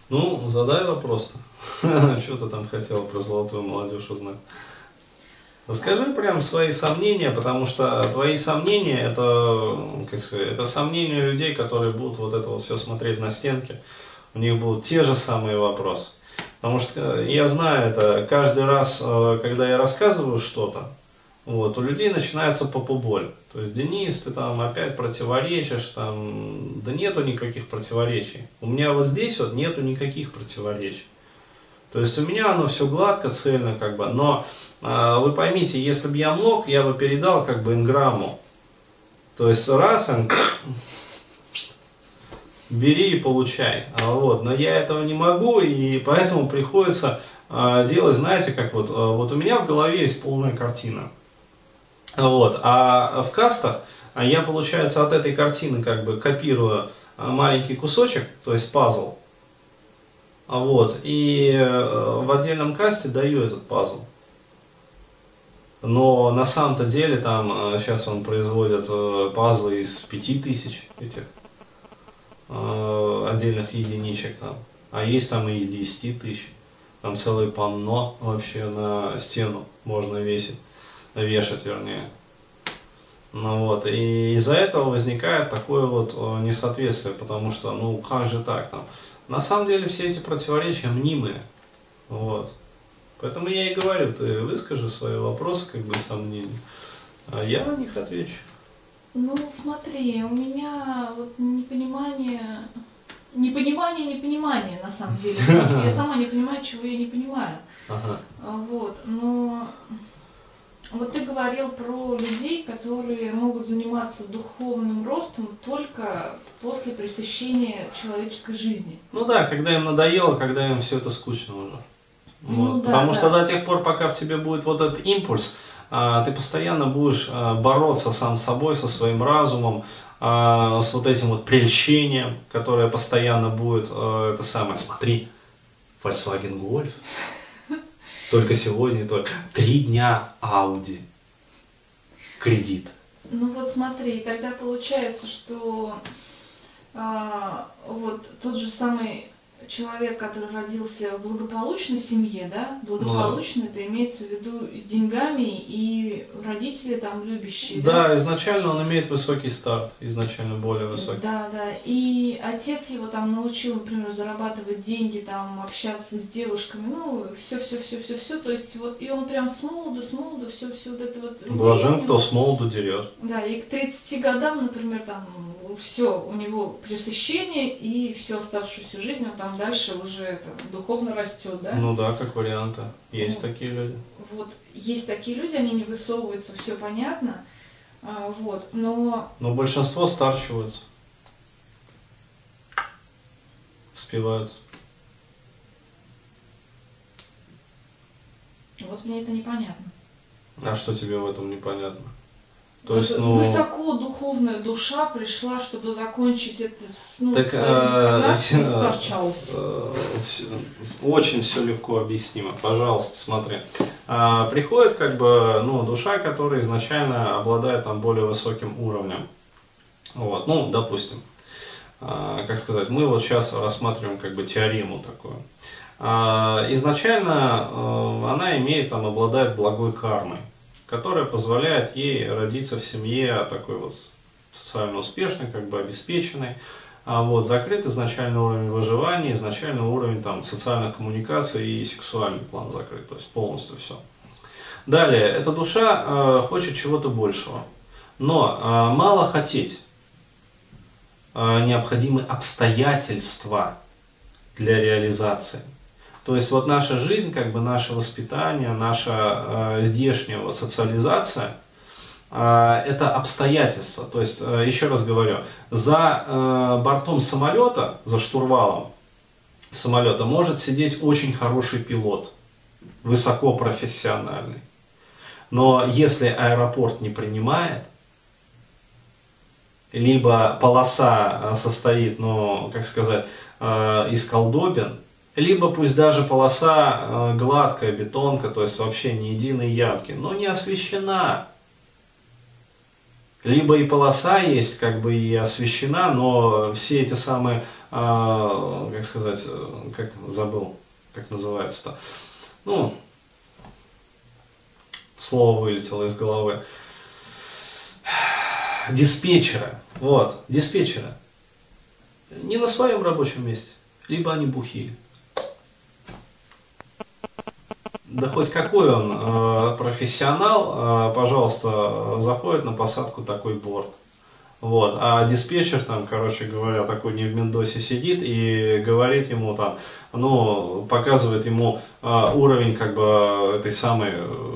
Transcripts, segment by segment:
Ну, задай вопрос-то. Что ты там хотела про золотую молодежь узнать? Расскажи прям свои сомнения, потому что твои сомнения это, как сказать, это сомнения людей, которые будут вот это вот все смотреть на стенке. У них будут те же самые вопросы. Потому что я знаю это каждый раз, когда я рассказываю что-то, вот, у людей начинается попуболь. То есть, Денис, ты там опять противоречишь, там, да нету никаких противоречий. У меня вот здесь вот нету никаких противоречий. То есть у меня оно все гладко, цельно, как бы, но вы поймите, если бы я мог, я бы передал как бы инграмму. То есть раз, бери и получай. Вот. Но я этого не могу, и поэтому приходится делать, знаете, как вот, вот у меня в голове есть полная картина. Вот. А в кастах я, получается, от этой картины как бы копирую маленький кусочек, то есть пазл. Вот. И в отдельном касте даю этот пазл. Но на самом-то деле там сейчас он производит пазлы из 5000 этих отдельных единичек там. А есть там и из 10 000. Там целое панно вообще на стену можно вешать, вернее. Ну вот, и из-за этого возникает такое вот несоответствие, потому что, ну как же так там. На самом деле все эти противоречия мнимые. Вот. Поэтому я и говорю, ты выскажи свои вопросы, как бы сомнения, а я на них отвечу. Ну, смотри, у меня вот непонимание на самом деле, потому что я сама не понимаю, чего я не понимаю. Ага. Вот, но вот ты говорил про людей, которые могут заниматься духовным ростом только после пресыщения человеческой жизни. Ну да, когда им надоело, когда им все это скучно уже. Ну, Вот. да, Потому да. что до тех пор, пока в тебе будет вот этот импульс, ты постоянно будешь бороться сам с собой, со своим разумом, с вот этим вот прельщением, которое постоянно будет, это самое, смотри, Volkswagen Golf, только сегодня, только 3 дня Audi, кредит. Ну вот смотри, тогда получается, что вот тот же самый человек, который родился в благополучной семье, да, благополучно, это имеется в виду с деньгами и родители там любящие, да? Да, изначально он имеет высокий старт, изначально более высокий. Да, да, и отец его там научил, например, зарабатывать деньги, там, общаться с девушками, ну, все, то есть вот, и он прям с молоду, все вот это вот. Блажен, кто с молоду дерет. Да, и к 30 годам, например, там, все, у него пресыщение, и всю оставшуюся жизнь он там дальше уже это, духовно растет, да? Ну да, как варианты. Есть вот. такие люди. Вот, есть такие люди, они не высовываются, все понятно, вот, но... Но большинство старчиваются. Спиваются. Вот мне это непонятно. А что тебе в этом непонятно? То вот есть, ну... Высоко духовная душа пришла, чтобы закончить это, ну, так, старчалось. Очень все легко объяснимо. Пожалуйста, смотри. Приходит как бы, ну, душа, которая изначально обладает там более высоким уровнем. Вот, ну, допустим. Как сказать, мы вот сейчас рассматриваем как бы теорему такую. Изначально она имеет, там, обладает благой кармой, которая позволяет ей родиться в семье такой вот социально успешной, как бы обеспеченной. Вот, закрыт изначальный уровень выживания, изначальный уровень там, социальных коммуникаций и сексуальный план закрыт, то есть полностью все. Далее, эта душа хочет чего-то большего, но мало хотеть. Необходимы обстоятельства для реализации. То есть вот наша жизнь, как бы наше воспитание, наша здешняя вот социализация, это обстоятельства. То есть, еще раз говорю, за бортом самолета, за штурвалом самолета может сидеть очень хороший пилот, высокопрофессиональный. Но если аэропорт не принимает, либо полоса состоит, ну, как сказать, из колдобин, либо пусть даже полоса гладкая, бетонка, то есть вообще ни единой ямки, но не освещена. Либо и полоса есть, как бы и освещена, но все эти самые как сказать, как забыл, как называется-то, ну, слово вылетело из головы, диспетчера, вот, диспетчера, не на своем рабочем месте, либо они бухие. Да хоть какой он профессионал, пожалуйста, заходит на посадку такой борт. Вот. А диспетчер там, короче говоря, такой не в Мендосе сидит и говорит ему там, ну, показывает ему уровень как бы этой самой,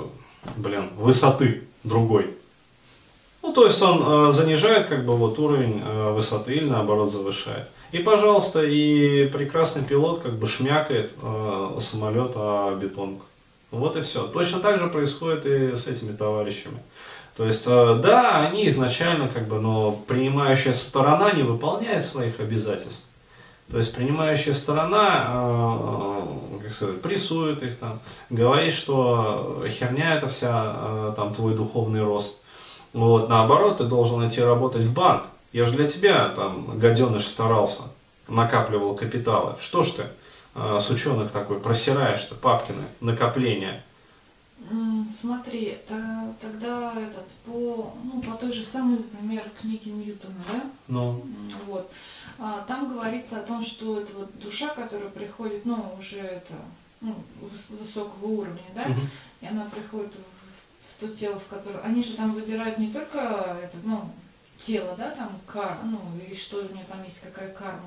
высоты другой. Ну, то есть он занижает как бы вот уровень высоты или наоборот завышает. И, пожалуйста, и прекрасный пилот как бы шмякает самолет о бетонку. Вот и все. Точно так же происходит и с этими товарищами. То есть, да, они изначально как бы, но принимающая сторона не выполняет своих обязательств. То есть принимающая сторона, как сказать, прессует их там, говорит, что херня это вся, там, твой духовный рост. Вот, наоборот, ты должен идти работать в банк. Я же для тебя, там, гаденыш, старался, накапливал капиталы. Что ж ты, сучонок такой, просираешь-то папкины накопления? Смотри, тогда по той же самой, например, книге Ньютона, да? Ну. Вот. Там говорится о том, что это вот душа, которая приходит, уже высокого уровня, да, и она приходит в то тело, в которое... Они же там выбирают не только это, тело, да, там, и что у нее там есть, какая карма,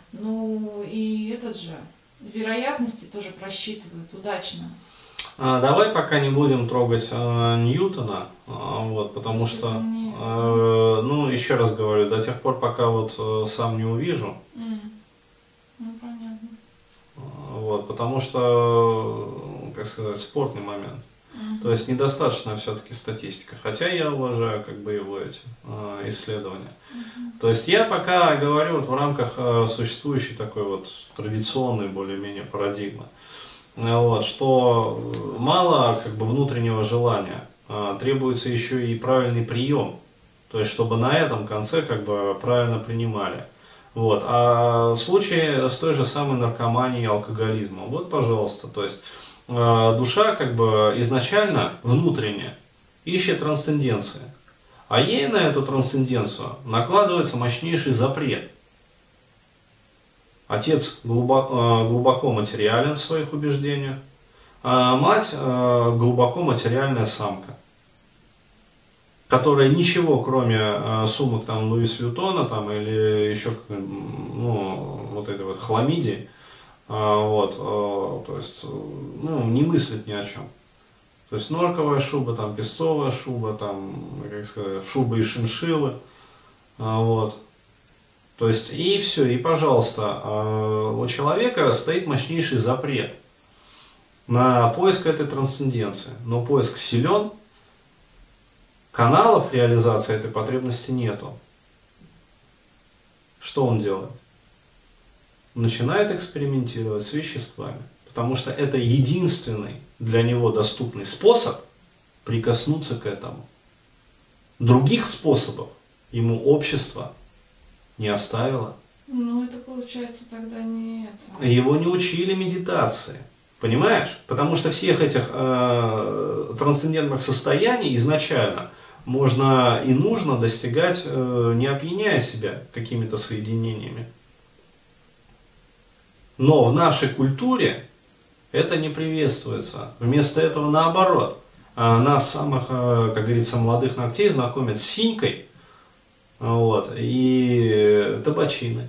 и этот же, вероятности тоже просчитывают удачно. Давай пока не будем трогать Ньютона, вот, потому что, еще раз говорю, до тех пор, пока вот сам не увижу, понятно. Вот, потому что, как сказать, спорный момент. То есть недостаточно все-таки статистика, хотя я уважаю как бы его эти исследования. То есть я пока говорю вот в рамках существующей такой вот традиционной более-менее парадигмы. Вот, что мало как бы внутреннего желания, требуется еще и правильный прием, то есть чтобы на этом конце как бы правильно принимали. Вот. А в случае с той же самой наркоманией и алкоголизмом, вот пожалуйста, то есть душа как бы изначально внутренне ищет трансценденции, а ей на эту трансценденцию накладывается мощнейший запрет. Отец глубоко материален в своих убеждениях, а мать глубоко материальная самка, которая ничего, кроме сумок там Луис Вьютона там, или еще вот этой вот хламидии, то есть не мыслит ни о чем. То есть норковая шуба, там, песцовая шуба, там, как сказать, шуба из шиншиллы, вот. То есть, и все, и пожалуйста, у человека стоит мощнейший запрет на поиск этой трансценденции. Но поиск силен, каналов реализации этой потребности нету. Что он делает? Начинает экспериментировать с веществами, потому что это единственный для него доступный способ прикоснуться к этому. Других способов ему общество не оставила. Это получается тогда не это. Его не учили медитации. Понимаешь? Потому что всех этих трансцендентных состояний изначально можно и нужно достигать, не опьяняя себя какими-то соединениями. Но в нашей культуре это не приветствуется. Вместо этого наоборот. Нас самых, как говорится, молодых ногтей знакомят с синькой, вот, и табачиной.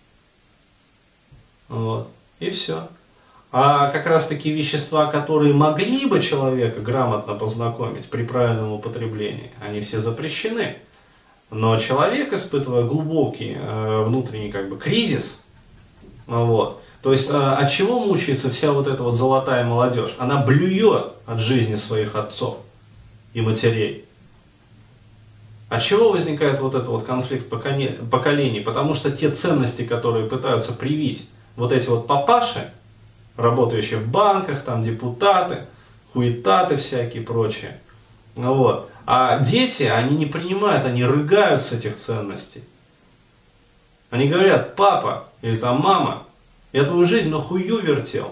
Вот, и все. А как раз таки вещества, которые могли бы человека грамотно познакомить при правильном употреблении, они все запрещены. Но человек, испытывая глубокий внутренний как бы кризис, вот, то есть от чего мучается вся вот эта вот золотая молодежь? Она блюет от жизни своих отцов и матерей. От чего возникает вот этот вот конфликт поколений? Потому что те ценности, которые пытаются привить вот эти вот папаши, работающие в банках, там депутаты, хуетаты всякие прочие, вот. А дети, они не принимают, они рыгают с этих ценностей. Они говорят: папа, Или там: мама, я твою жизнь на хую вертел.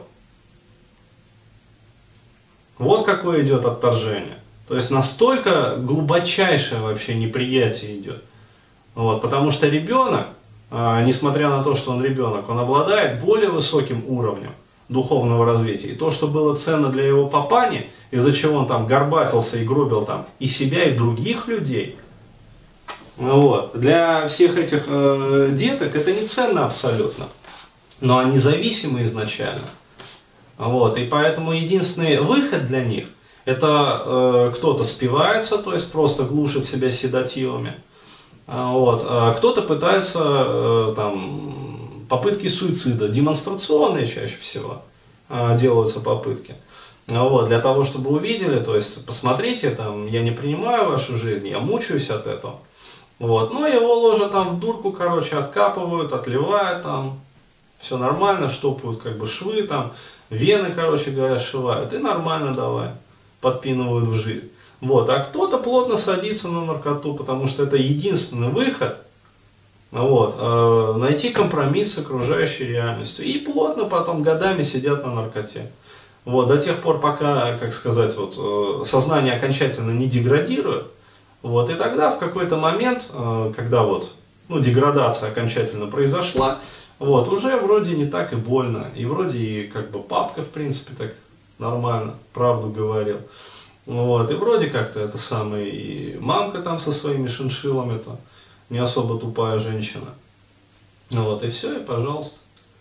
Вот какое идет отторжение. То есть настолько глубочайшее вообще неприятие идет. Вот, потому что ребенок, несмотря на то, что он ребенок, он обладает более высоким уровнем духовного развития. И то, что было ценно для его папани, из-за чего он там горбатился и гробил там и себя, и других людей, вот, для всех этих деток это не ценно абсолютно. Но они зависимы изначально. Вот, и поэтому единственный выход для них — это кто-то спивается, то есть просто глушит себя седативами. Вот, кто-то пытается, там, попытки суицида, демонстрационные чаще всего делаются попытки. Вот, для того, чтобы увидели, то есть посмотрите, там, я не принимаю вашу жизнь, я мучаюсь от этого. Вот, но его ложат там в дурку, короче, откапывают, отливают там, все нормально, штопают как бы швы там, вены, короче говоря, сшивают, и нормально давай, подпинывают в жизнь. Вот, а кто-то плотно садится на наркоту, потому что это единственный выход, вот, найти компромисс с окружающей реальностью. И плотно потом годами сидят на наркоте. Вот, до тех пор, пока, как сказать, вот, сознание окончательно не деградирует. Вот, и тогда в какой-то момент, когда вот, ну, деградация окончательно произошла, вот, уже вроде не так и больно. И вроде и как бы папка, в принципе, так нормально правду говорил. Вот, и вроде как-то это самое, и мамка там со своими шиншиллами-то, не особо тупая женщина. Вот, и все, и пожалуйста.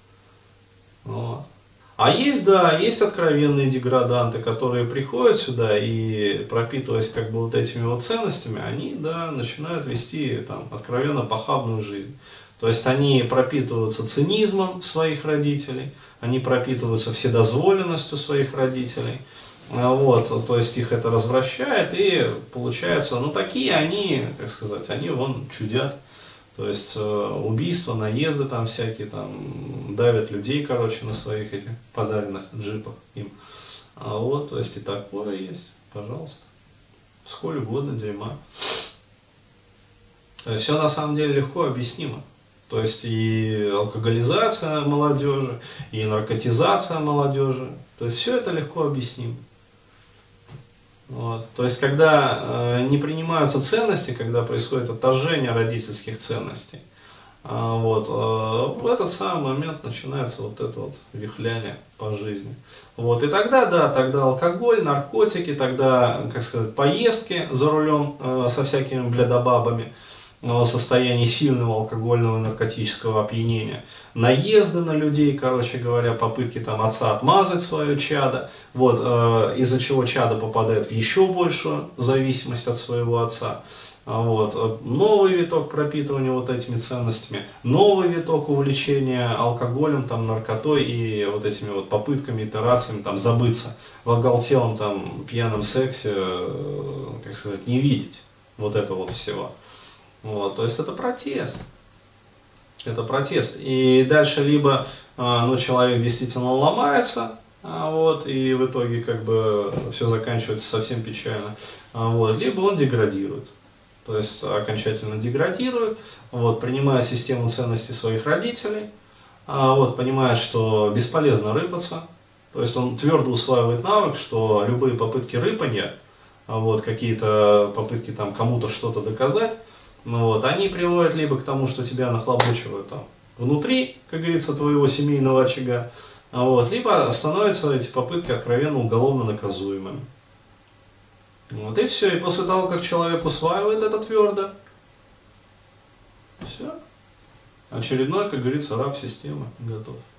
Вот. А есть, да, есть откровенные деграданты, которые приходят сюда и, пропитываясь как бы вот этими вот ценностями, они, да, начинают вести там откровенно похабную жизнь. То есть они пропитываются цинизмом своих родителей, они пропитываются вседозволенностью своих родителей. Вот, то есть их это развращает, и получается, ну такие они, как сказать, они вон чудят. То есть убийства, наезды там всякие, там давят людей, короче, на своих этих подаренных джипах им. Вот, то есть и такое есть, пожалуйста. Сколь угодно дерьма. То есть все на самом деле легко объяснимо. То есть и алкоголизация молодежи, и наркотизация молодежи. То есть все это легко объяснимо. Вот. То есть, когда не принимаются ценности, когда происходит отторжение родительских ценностей, вот, в этот самый момент начинается вот это вот вихляние по жизни. Вот. И тогда, да, тогда алкоголь, наркотики, тогда, как сказать, поездки за рулем со всякими блядобабами, в состоянии сильного алкогольного и наркотического опьянения, наезды на людей, короче говоря, попытки там отца отмазать свое чадо, вот, из-за чего чадо попадает в еще большую зависимость от своего отца. Вот, новый виток пропитывания вот этими ценностями, новый виток увлечения алкоголем, там, наркотой и вот этими вот попытками, итерациями там, забыться в оголтелом там, пьяном сексе, как сказать, не видеть вот этого вот всего. Вот, то есть это протест. Это протест. И дальше либо ну, человек действительно ломается, вот, и в итоге как бы все заканчивается совсем печально, вот, либо он деградирует. То есть окончательно деградирует, вот, принимая систему ценностей своих родителей, вот, понимает, что бесполезно рыпаться. То есть он твердо усваивает навык, что любые попытки рыпания, вот, какие-то попытки там кому-то что-то доказать, ну вот, они приводят либо к тому, что тебя нахлобучивают там внутри, как говорится, твоего семейного очага, вот, либо становятся эти попытки откровенно уголовно наказуемыми. Вот, и все, и после того, как человек усваивает это твердо, все, очередной, как говорится, раб системы готов.